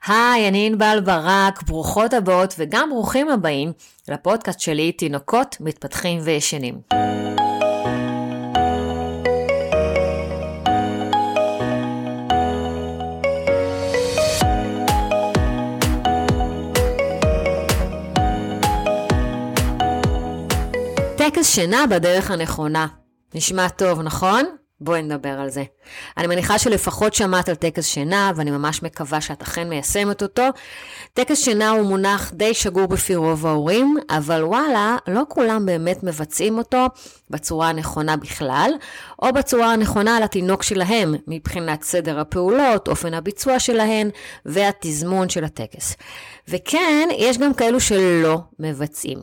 היי, אני ענבל ברק, ברוכות הבאות וגם ברוכים הבאים לפודקאסט שלי, תינוקות מתפתחים וישנים. טקס שינה בדרך הנכונה. נשמע טוב, נכון? בואי נדבר על זה. אני מניחה שלפחות שמעת על טקס שינה, ואני ממש מקווה שאת אכן מיישמת אותו. טקס שינה הוא מונח די שגור בפי רוב ההורים, אבל וואלה, לא כולם באמת מבצעים אותו בצורה הנכונה בכלל, או בצורה הנכונה על התינוק שלהם, מבחינת סדר הפעולות, אופן הביצוע שלהן, והתזמון של הטקס. וכן, יש גם כאלו שלא מבצעים.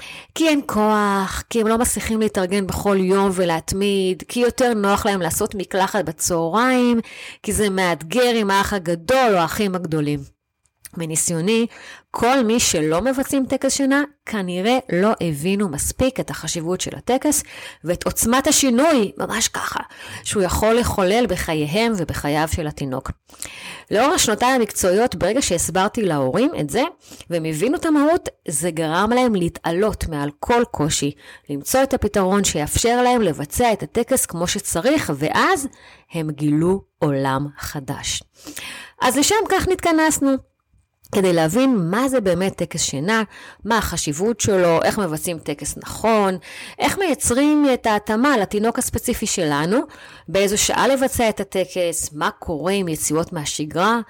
כי אין כוח, כי הם לא מצליחים להתארגן בכל יום ולהתמיד, כי יותר נוח להם לעשות מקלחת בצהריים, כי זה מאתגר עם האח הגדול או האחים הגדולים. מניסיוני, כל מי שלא מבצעים טקס שינה, כנראה לא הבינו מספיק את החשיבות של הטקס, ואת עוצמת השינוי, ממש ככה, שהוא יכול לחולל בחייהם ובחייו של התינוק. לאור השנותיים המקצועיות, ברגע שהסברתי להורים את זה, והם הבינו את המהות, זה גרם להם להתעלות מעל כל קושי, למצוא את הפתרון שיאפשר להם לבצע את הטקס כמו שצריך, ואז הם גילו עולם חדש. אז לשם כך נתכנסנו. כדי להבין מה זה באמת טקס שינה, מה החשיבות שלו, איך מבצעים טקס נכון, איך מייצרים את ההתאמה לתינוק הספציפי שלנו, באיזו שעה לבצע את הטקס, מה קורה עם יציאות מהשגרה,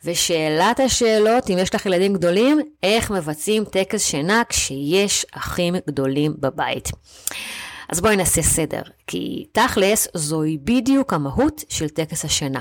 ושאלת השאלות, אם יש לך ילדים גדולים, איך מבצעים טקס שינה כשיש אחים גדולים בבית. אז בואי נעשה סדר, כי תכלס זוהי בדיוק המהות של טקס השינה.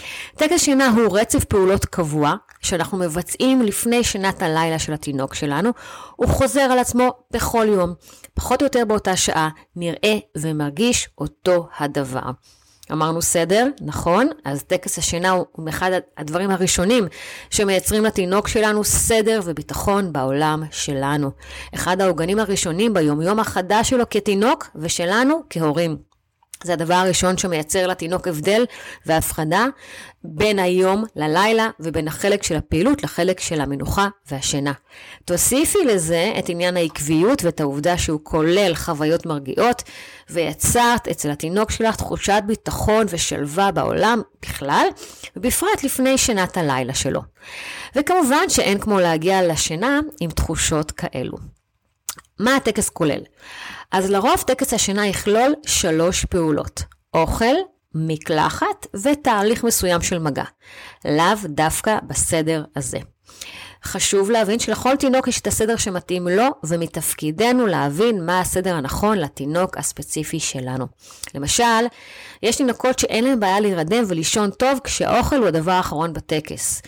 טקס שינה הוא רצף פעולות קבוע שאנחנו מבצעים לפני שינת הלילה של התינוק שלנו. הוא חוזר על עצמו בכל יום, פחות או יותר באותה שעה, נראה ומרגיש אותו הדבר. אמרנו סדר, נכון? אז טקס השינה הוא אחד הדברים הראשונים שמייצרים לתינוק שלנו סדר וביטחון בעולם שלנו. אחד העוגנים הראשונים ביום החדש שלו כתינוק ושלנו כהורים. זה הדבר הראשון שמייצר לתינוק הבדל והפחדה בין היום ללילה ובין החלק של הפעילות לחלק של המנוחה והשינה. תוסיפי לזה את עניין העקביות ואת העובדה שהוא כולל חוויות מרגיעות, ויצרת אצל התינוק שלך תחושת ביטחון ושלווה בעולם בכלל, ובפרט לפני שינת הלילה שלו. וכמובן שאין כמו להגיע לשינה עם תחושות כאלו. מה הטקס כולל? אז לרוב טקס השינה יכלול 3 פעולות. אוכל, מקלחת ותהליך מסוים של מגע. לאו דווקא בסדר הזה. חשוב להבין שלכל תינוק יש את הסדר שמתאים לו, ומתפקידנו להבין מה הסדר הנכון לתינוק הספציפי שלנו. למשל, יש תינוקות שאין להם בעיה להירדם ולישון טוב כשהאוכל הוא הדבר האחרון בטקס.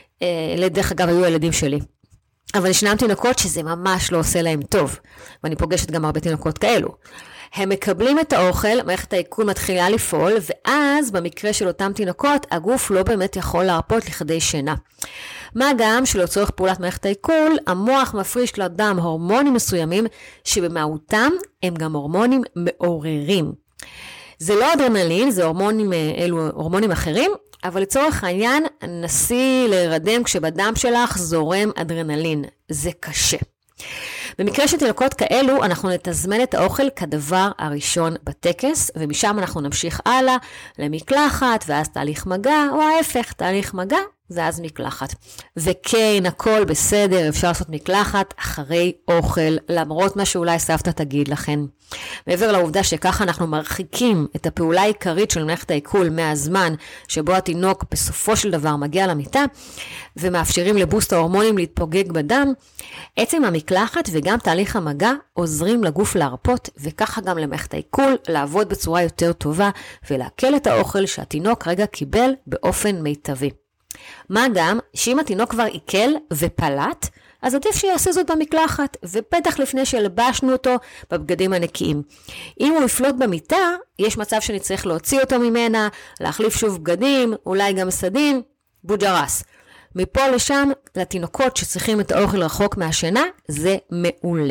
לדרך אגב היו הילדים שלי. אבל ישנם תינוקות שזה ממש לא עושה להם טוב, ואני פוגשת גם הרבה תינוקות כאלו. הם מקבלים את האוכל, מערכת העיכול מתחילה לפעול, ואז במקרה של אותם תינוקות, הגוף לא באמת יכול להרפות לכדי שינה. מה גם שלצורך פעולת מערכת העיכול, המוח מפריש לדם הורמונים מסוימים, שבמהותם הם גם הורמונים מעוררים. זה לא אדרנלין, זה הורמונים אחרים, אבל לצורך העניין, נסי להירדם כשבדם שלך זורם אדרנלין. זה קשה. במקרה של תינוקות כאלו, אנחנו נתזמן את האוכל כדבר הראשון בטקס, ומשם אנחנו נמשיך הלאה למקלחת, ואז תהליך מגע, או ההפך, תהליך מגע, ואז מקלחת. וכן, הכל בסדר, אפשר לעשות מקלחת אחרי אוכל, למרות מה שאולי סבתא תגיד לכן. מעבר לעובדה שככה אנחנו מרחיקים את הפעולה העיקרית של מערכת העיכול מהזמן שבו התינוק בסופו של דבר מגיע למיטה, ומאפשרים לבוסט ההורמונים להתפוגג בדם, עצם המקלחת וגם תהליך המגע עוזרים לגוף להרפות, וככה גם למערכת העיכול לעבוד בצורה יותר טובה, ולהקל את האוכל שהתינוק רגע קיבל באופן מיטבי. מה גם שאם התינוק כבר עיכל ופלט, אז עדיף שיעשה זאת במקלחת, ובטח לפני שלבשנו אותו בבגדים הנקיים. אם הוא יפלוט במיטה, יש מצב שנצטרך להוציא אותו ממנה, להחליף שוב בגדים, אולי גם סדין, בוג'רס. מפה לשם, לתינוקות שצריכים את האוכל רחוק מהשינה, זה מעולה.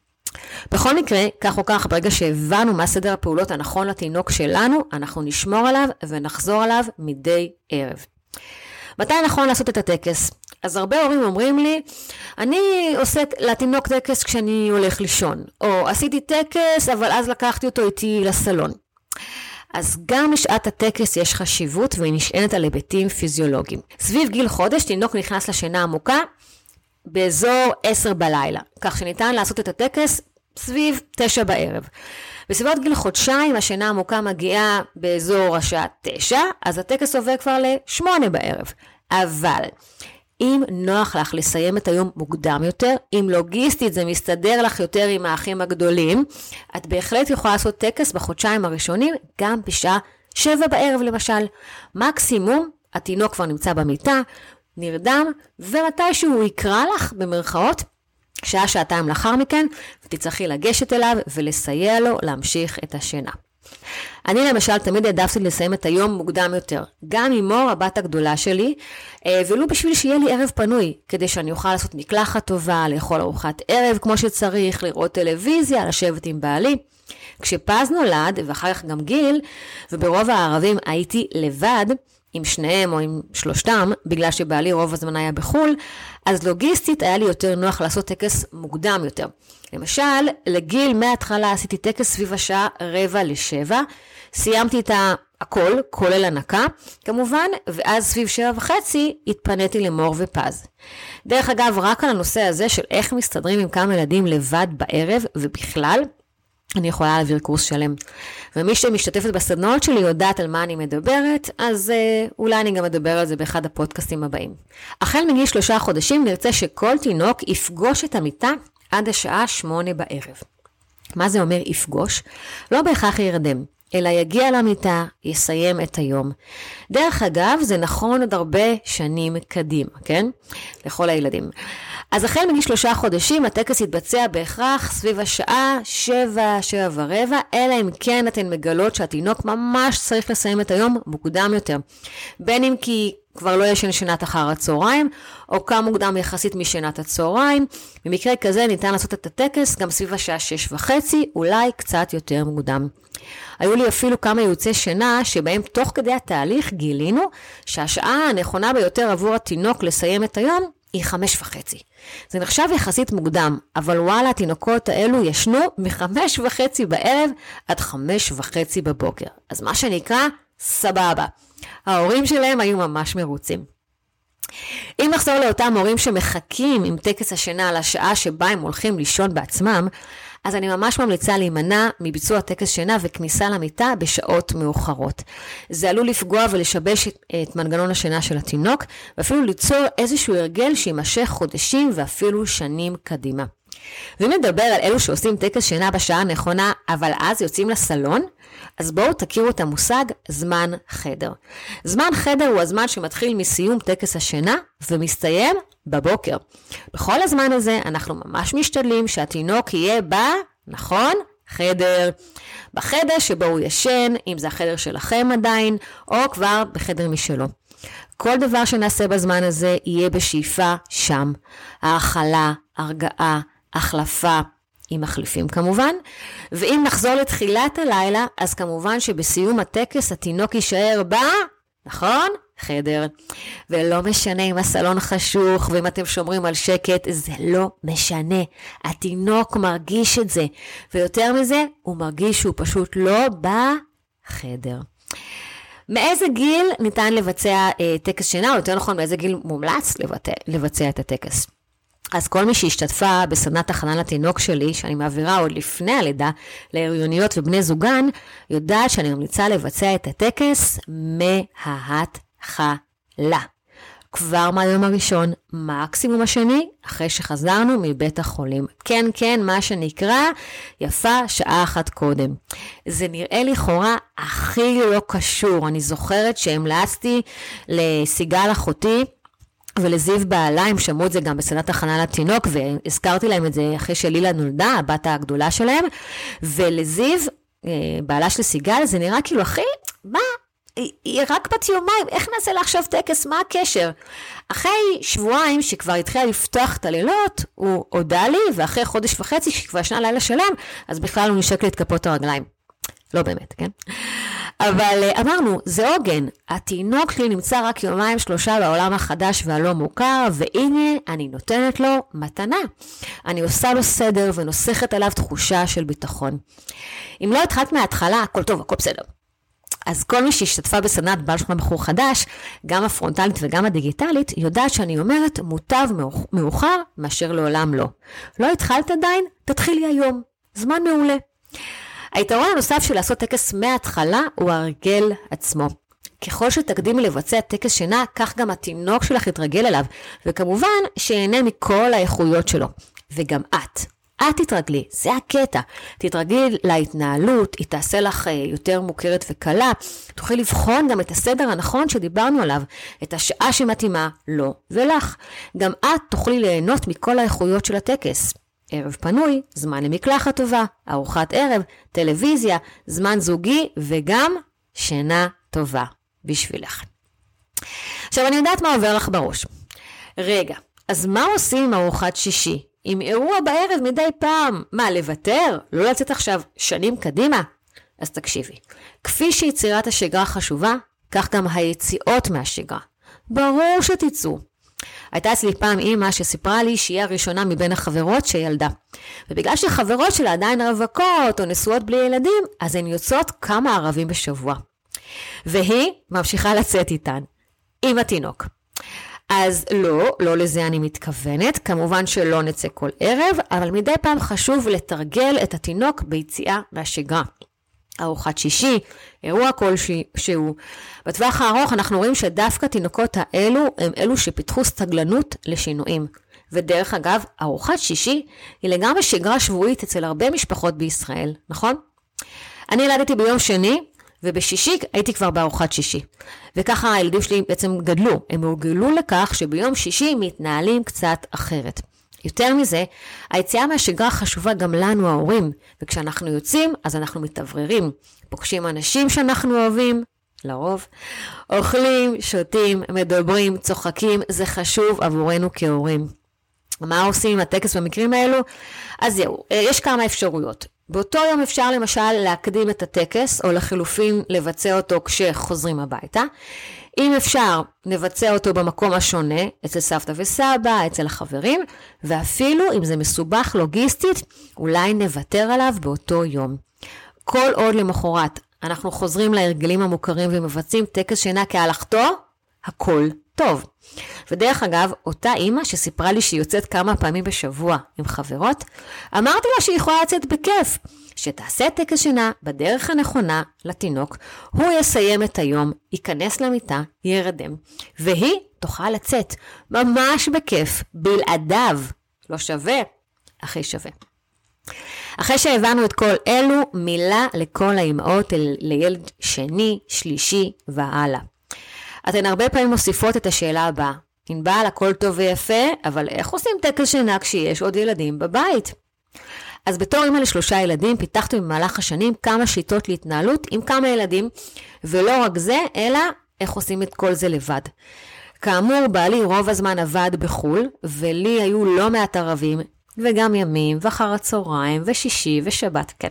בכל מקרה, כך או כך, ברגע שהבנו מה סדר הפעולות הנכון לתינוק שלנו, אנחנו נשמור עליו ונחזור עליו מדי ערב. מתי נכון לעשות את הטקס? אז הרבה הורים אומרים לי, אני עושה לתינוק טקס כשאני הולך לישון, או עשיתי טקס אבל אז לקחתי אותו איתי לסלון. אז גם בשעת הטקס יש חשיבות והיא נשענת על היבטים פיזיולוגיים. סביב גיל חודש תינוק נכנס לשינה עמוקה באזור 10 בלילה, כך שניתן לעשות את הטקס סביב 9 בערב. בסביבות גיל חודשיים השינה העמוקה מגיעה באזור השעה 9, אז הטקס עובר כבר ל8 בערב. אבל אם נוח לך לסיים את היום מוקדם יותר, אם לוגיסטית זה מסתדר לך יותר עם האחים הגדולים, את בהחלט יכולה לעשות טקס בחודשיים הראשונים, גם בשעה 7 בערב למשל. מקסימום, התינוק כבר נמצא במיטה, נרדם, ומתי שהוא יקרא לך, במרכאות, שעתיים לאחר מכן, ותצטרכי לגשת אליו ולסייע לו להמשיך את השינה. אני למשל תמיד העדפתי לסיים את היום מוקדם יותר, גם עם מור הבת הגדולה שלי, ולו בשביל שיהיה לי ערב פנוי, כדי שאני אוכל לעשות מקלחת טובה, לאכול ארוחת ערב כמו שצריך, לראות טלוויזיה, לשבת עם בעלי. כשפז נולד, ואחר כך גם גיל, וברוב הערבים הייתי לבד, עם שניהם או עם שלושתם, בגלל שבעלי רוב הזמן היה בחול, אז לוגיסטית היה לי יותר נוח לעשות טקס מוקדם יותר. למשל, לגיל מההתחלה עשיתי טקס סביב השעה 6:45, סיימתי את הכל, כולל הנקה, כמובן, ואז סביב 7:30 התפניתי למור ופז. דרך אגב, רק על הנושא הזה של איך מסתדרים עם כמה ילדים לבד בערב, ובכלל, אני יכולה להעביר קורס שלם. ומי שמשתתפת בסדנאות שלי יודעת על מה אני מדברת, אז אולי אני גם אדבר על זה באחד הפודקאסטים הבאים. החל מגיל 3 חודשים נרצה שכל תינוק יפגוש את המיטה עד השעה 8 בערב. מה זה אומר יפגוש? לא בהכרח ירדם, אלא יגיע למיטה, יסיים את היום. דרך אגב, זה נכון עוד הרבה שנים קדימה, כן? לכל הילדים. אז החל מגיל 3 חודשים, הטקס יתבצע בהכרח סביב השעה 7:15, אלא אם כן אתן מגלות שהתינוק ממש צריך לסיים את היום מוקדם יותר. בין אם כי כבר לא ישן שנת אחר הצהריים, או קם מוקדם יחסית משנת הצהריים. במקרה כזה ניתן לעשות את הטקס גם סביב השעה 6:30, אולי קצת יותר מוקדם. היו לי אפילו כמה ייעוצי שינה שבהם תוך כדי התהליך גילינו שהשעה הנכונה ביותר עבור התינוק לסיים את היום היא 5:30. זה נחשב יחסית מוקדם, אבל וואלה, התינוקות האלו ישנו מ5:30 בערב עד 5:30 בבוקר. אז מה שנקרא, סבבה. ההורים שלהם היו ממש מרוצים. אם נחזור לאותם הורים שמחכים עם טקס השינה על השעה שבה הם הולכים לישון בעצמם, אז אני ממש ממליצה להימנע מביצוע טקס שינה וכניסה למיטה בשעות מאוחרות. זה עלול לפגוע ולשבש את מנגנון השינה של התינוק, ואפילו ליצור איזשהו הרגל שימשך חודשים ואפילו שנים קדימה. ואם נדבר על אלו שעושים טקס שינה בשעה הנכונה, אבל אז יוצאים לסלון, אז בואו תכירו את המושג זמן חדר. זמן חדר הוא הזמן שמתחיל מסיום טקס השינה ומסתיים בבוקר. בכל הזמן הזה אנחנו ממש משתדלים שהתינוק יהיה נכון? חדר. בחדר שבו הוא ישן, אם זה החדר שלכם עדיין, או כבר בחדר משלו. כל דבר שנעשה בזמן הזה יהיה בשאיפה שם. האכלה, הרגעה, החלפה, עם מחליפים כמובן. ואם נחזור לתחילת הלילה, אז כמובן שבסיום הטקס התינוק יישאר נכון? חדר. ולא משנה אם הסלון חשוך, ואם אתם שומרים על שקט, זה לא משנה. התינוק מרגיש את זה. ויותר מזה, הוא מרגיש שהוא פשוט לא בחדר. מאיזה גיל ניתן לבצע טקס שינה, או יותר נכון, מאיזה גיל מומלץ לבצע את הטקס? אז כל מי שהשתתפה בסדנת הכנה לתינוק שלי, שאני מעבירה עוד לפני הלידה, להריוניות ובני זוגן, יודעת שאני ממליצה לבצע את הטקס מההתחלה. כבר מהיום הראשון, מקסימום השני, אחרי שחזרנו מבית החולים. כן, כן, מה שנקרא, יפה שעה אחת קודם. זה נראה לכאורה הכי לא קשור. אני זוכרת שהמלצתי לסיגל אחותי, ולזיו בעלה, הם שמעו את זה גם בסדנת הכנה לתינוק, והזכרתי להם את זה אחרי שלילה נולדה, הבת הגדולה שלהם, ולזיו, בעלה של סיגל, זה נראה כאילו, אחי, מה? היא רק בת יומיים, איך נעשה לה עכשיו טקס? מה הקשר? אחרי שבועיים שכבר התחילה לפתוח את הלילות, הוא הודע לי, ואחרי חודש וחצי שכבר ישנה לילה שלם, אז בכלל הוא נשק לי את כפות הרגליים. לא באמת, כן? אבל אמרנו, זה עוגן. התינוק שלי נמצא רק 2-3 בעולם החדש והלא מוכר, והנה אני נותנת לו מתנה. אני עושה לו סדר ונוסחת עליו תחושה של ביטחון. אם לא התחלת מההתחלה, הכל טוב, הכל בסדר. אז כל מי שהשתתפה בסדנת בעל שכונה בחור חדש, גם הפרונטלית וגם הדיגיטלית, יודעת שאני אומרת מוטב מאוחר מאשר לעולם לא. לא התחלת עדיין? תתחילי היום. זמן מעולה. היתרון הנוסף של לעשות טקס מההתחלה הוא הרגל עצמו. ככל שתקדימי לבצע טקס שינה, כך גם התינוק שלך יתרגל אליו, וכמובן שיהנה מכל האיכויות שלו. וגם את תתרגלי, זה הקטע. תתרגלי להתנהלות, היא תעשה לך יותר מוכרת וקלה. תוכלי לבחון גם את הסדר הנכון שדיברנו עליו, את השעה שמתאימה לו ולך. גם את תוכלי ליהנות מכל האיכויות של הטקס. ערב פנוי, זמן למקלחת טובה, ארוחת ערב, טלוויזיה, זמן זוגי וגם שינה טובה בשבילך. עכשיו אני יודעת מה עובר לך בראש. רגע, אז מה עושים עם ארוחת שישי? עם אירוע בערב מדי פעם? מה, לוותר? לא לצאת עכשיו שנים קדימה? אז תקשיבי. כפי שיצירת השגרה חשובה, כך גם היציאות מהשגרה. ברור שתצאו. הייתה אצלי פעם אמא שסיפרה לי שהיא הראשונה מבין החברות שילדה. ובגלל שחברות שלה עדיין רווקות או נשואות בלי ילדים, אז הן יוצאות כמה ערבים בשבוע. והיא ממשיכה לצאת איתן, עם התינוק. אז לא לזה אני מתכוונת, כמובן שלא נצא כל ערב, אבל מדי פעם חשוב לתרגל את התינוק ביציאה מהשגרה. ארוחת שישי, אירוע כלשהו. בטווח הארוך אנחנו רואים שדווקא תינוקות האלו הם אלו שפיתחו סתגלנות לשינויים. ודרך אגב, ארוחת שישי היא לגמרי שגרה שבועית אצל הרבה משפחות בישראל, נכון? אני ילדתי ביום שני, ובשישי הייתי כבר בארוחת שישי. וככה הילדים שלי בעצם גדלו. הם הורגלו לכך שביום שישי מתנהלים קצת אחרת. יותר מזה, היציאה מהשגרה חשובה גם לנו ההורים, וכשאנחנו יוצאים, אז אנחנו מתאווררים, פוגשים אנשים שאנחנו אוהבים, לרוב, אוכלים, שותים, מדברים, צוחקים, זה חשוב עבורנו כהורים. מה עושים עם הטקס במקרים האלו? אז זהו, יש כמה אפשרויות. באותו יום אפשר למשל להקדים את הטקס, או לחילופין לבצע אותו כשחוזרים הביתה. אם אפשר, נבצע אותו במקום השונה, אצל סבתא וסבא, אצל החברים, ואפילו אם זה מסובך לוגיסטית, אולי נוותר עליו באותו יום. כל עוד למחרת אנחנו חוזרים להרגלים המוכרים ומבצעים טקס שינה כהלכתו, הכל טוב. ודרך אגב, אותה אמא שסיפרה לי שהיא יוצאת כמה פעמים בשבוע עם חברות, אמרתי לה שהיא יכולה לצאת בכיף, שתעשה טקס שינה בדרך הנכונה לתינוק, הוא יסיים את היום, ייכנס למיטה, ירדם, והיא תוכל לצאת ממש בכיף, בלעדיו, לא שווה, הכי שווה. אחרי שהבנו את כל אלו, מילה לכל האמהות לילד שני, שלישי והלאה. אתן הרבה פעמים מוסיפות את השאלה הבאה, ענבל, הכל טוב ויפה, אבל איך עושים טקס שינה כשיש עוד ילדים בבית? אז בתור אמא ל3 ילדים, פיתחתי במהלך השנים כמה שיטות להתנהלות עם כמה ילדים, ולא רק זה, אלא איך עושים את כל זה לבד. כאמור, בעלי רוב הזמן עבד בחול, ולי היו לא מעט ערבים, וגם ימים, ואחר הצהריים, ושישי, ושבת, כן.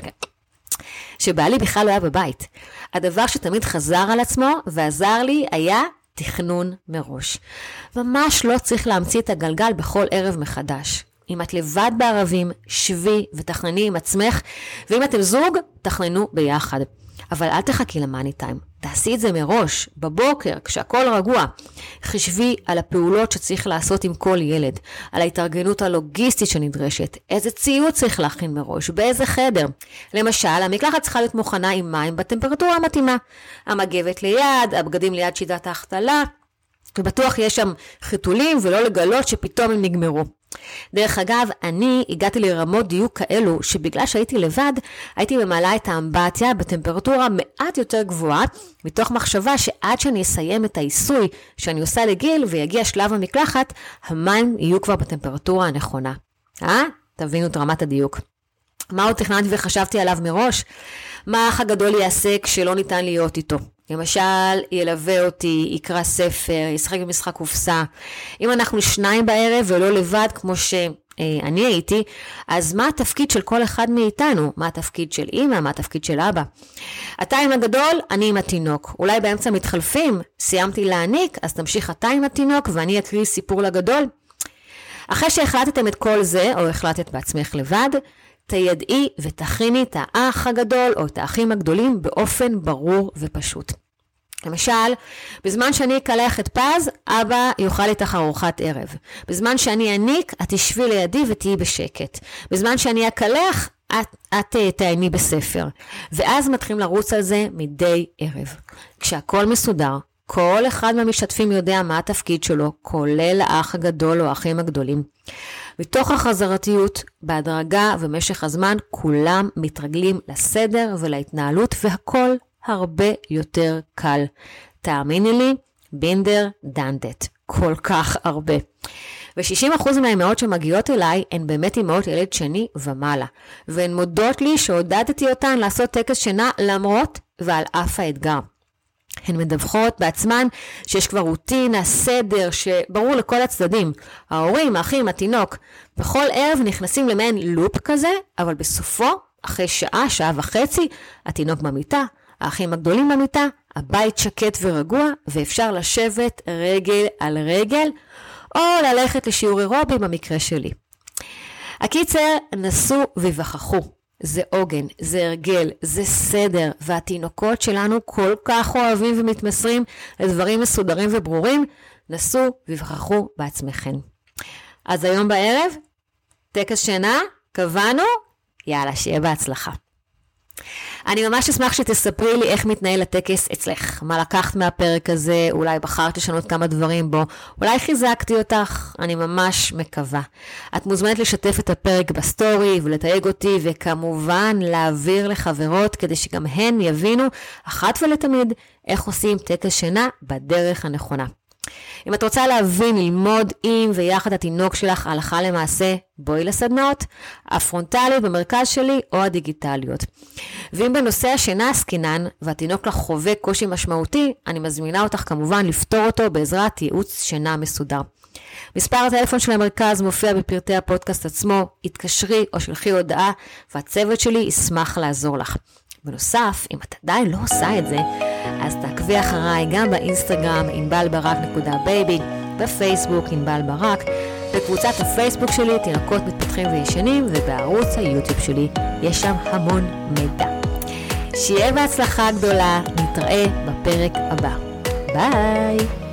שבעלי בכלל לא היה בבית. הדבר שתמיד חזר על עצמו ועזר לי היה תכנון מראש. ממש לא צריך להמציא את הגלגל בכל ערב מחדש. אם את לבד בערבים, שבי ותכנני עם עצמך, ואם אתם זוג, תכננו ביחד. אבל אל תחכי למאני טיים. תעשי את זה מראש, בבוקר, כשהכל רגוע. חשבי על הפעולות שצריך לעשות עם כל ילד, על ההתארגנות הלוגיסטית שנדרשת, איזה ציוד צריך להכין מראש, באיזה חדר. למשל, המקלחת צריכה להיות מוכנה עם מים בטמפרטורה המתאימה. המגבת ליד, הבגדים ליד שיטת ההחתלה, ובטוח יש שם חיתולים ולא לגלות שפתאום הם נגמרו. דרך אגב, אני הגעתי לרמות דיוק כאלו שבגלל שהייתי לבד, הייתי ממלאה את האמבטיה בטמפרטורה מעט יותר גבוהה, מתוך מחשבה שעד שאני אסיים את העיסוי שאני עושה לגיל ויגיע שלב המקלחת, המים יהיו כבר בטמפרטורה הנכונה. תבינו את רמת הדיוק. מה עוד תכננתי וחשבתי עליו מראש? מה האח הגדול יעשה כשלא ניתן להיות איתו? למשל, ילווה אותי, יקרא ספר, ישחק במשחק קופסה. אם אנחנו 2 בערב ולא לבד, כמו אני הייתי, אז מה התפקיד של כל אחד מאיתנו? מה התפקיד של אמא? מה התפקיד של אבא? אתה עם הגדול, אני עם התינוק. אולי באמצע מתחלפים, סיימתי להעניק, אז תמשיך אתה עם התינוק ואני אקריא סיפור לגדול. אחרי שהחלטתם את כל זה, או החלטת בעצמך לבד, תידעי ותכיני את האח הגדול או את האחים הגדולים באופן ברור ופשוט. למשל, בזמן שאני אקלח את פז, אבא יאכל איתך ארוחת ערב. בזמן שאני אעניק, את תשבי לידי ותהיי בשקט. בזמן שאני אקלח, את תעייני בספר. ואז מתחילים לרוץ על זה מדי ערב. כשהכל מסודר, כל אחד מהמשתתפים יודע מה התפקיד שלו, כולל האח הגדול או האחים הגדולים. מתוך החזרתיות, בהדרגה ומשך הזמן, כולם מתרגלים לסדר ולהתנהלות, והכל הרבה יותר קל. תאמיני לי, בינדר דנדת. כל כך הרבה. ו60% מהאימהות שמגיעות אליי הן באמת אימהות ילד שני ומעלה. והן מודות לי שעודדתי אותן לעשות טקס שינה למרות ועל אף האתגר. הן מדווחות בעצמן שיש כבר רוטינה, סדר, שברור לכל הצדדים. ההורים, האחים, התינוק, בכל ערב נכנסים למעין לופ כזה, אבל בסופו, אחרי שעה, שעה וחצי, התינוק במיטה, האחים הגדולים במיטה, הבית שקט ורגוע, ואפשר לשבת רגל על רגל, או ללכת לשיעור אירובי במקרה שלי. הקיצר, נסו ובחכו. זה עוגן, זה הרגל, זה סדר, והתינוקות שלנו כל כך אוהבים ומתמסרים לדברים מסודרים וברורים, נסו ובחכו בעצמכם. אז היום בערב, טקס שינה, קבענו, יאללה, שיהיה בהצלחה. אני ממש אשמח שתספרי לי איך מתנהל הטקס אצלך, מה לקחת מהפרק הזה, אולי בחרת לשנות כמה דברים בו, אולי חיזקתי אותך, אני ממש מקווה. את מוזמנת לשתף את הפרק בסטורי ולתייג אותי, וכמובן להעביר לחברות כדי שגם הן יבינו אחת ולתמיד איך עושים טקס שינה בדרך הנכונה. אם את רוצה להבין, ללמוד עם ויחד התינוק שלך הלכה למעשה, בואי לסדנאות, הפרונטליות במרכז שלי או הדיגיטליות. ואם בנושא השינה עסקינן והתינוק לך חווה קושי משמעותי, אני מזמינה אותך כמובן לפתור אותו בעזרת ייעוץ שינה מסודר. מספר הטלפון של המרכז מופיע בפרטי הפודקאסט עצמו, התקשרי או שלחי הודעה והצוות שלי ישמח לעזור לך. בנוסף, אם את עדיין לא עושה את זה, אז תעקבי אחריי גם באינסטגרם inbalbarak.baby, בפייסבוק ענבל ברק, בקבוצת הפייסבוק שלי תינוקות מתפתחים וישנים, ובערוץ היוטיוב שלי יש שם המון מידע. שיהיה בהצלחה גדולה, נתראה בפרק הבא. ביי!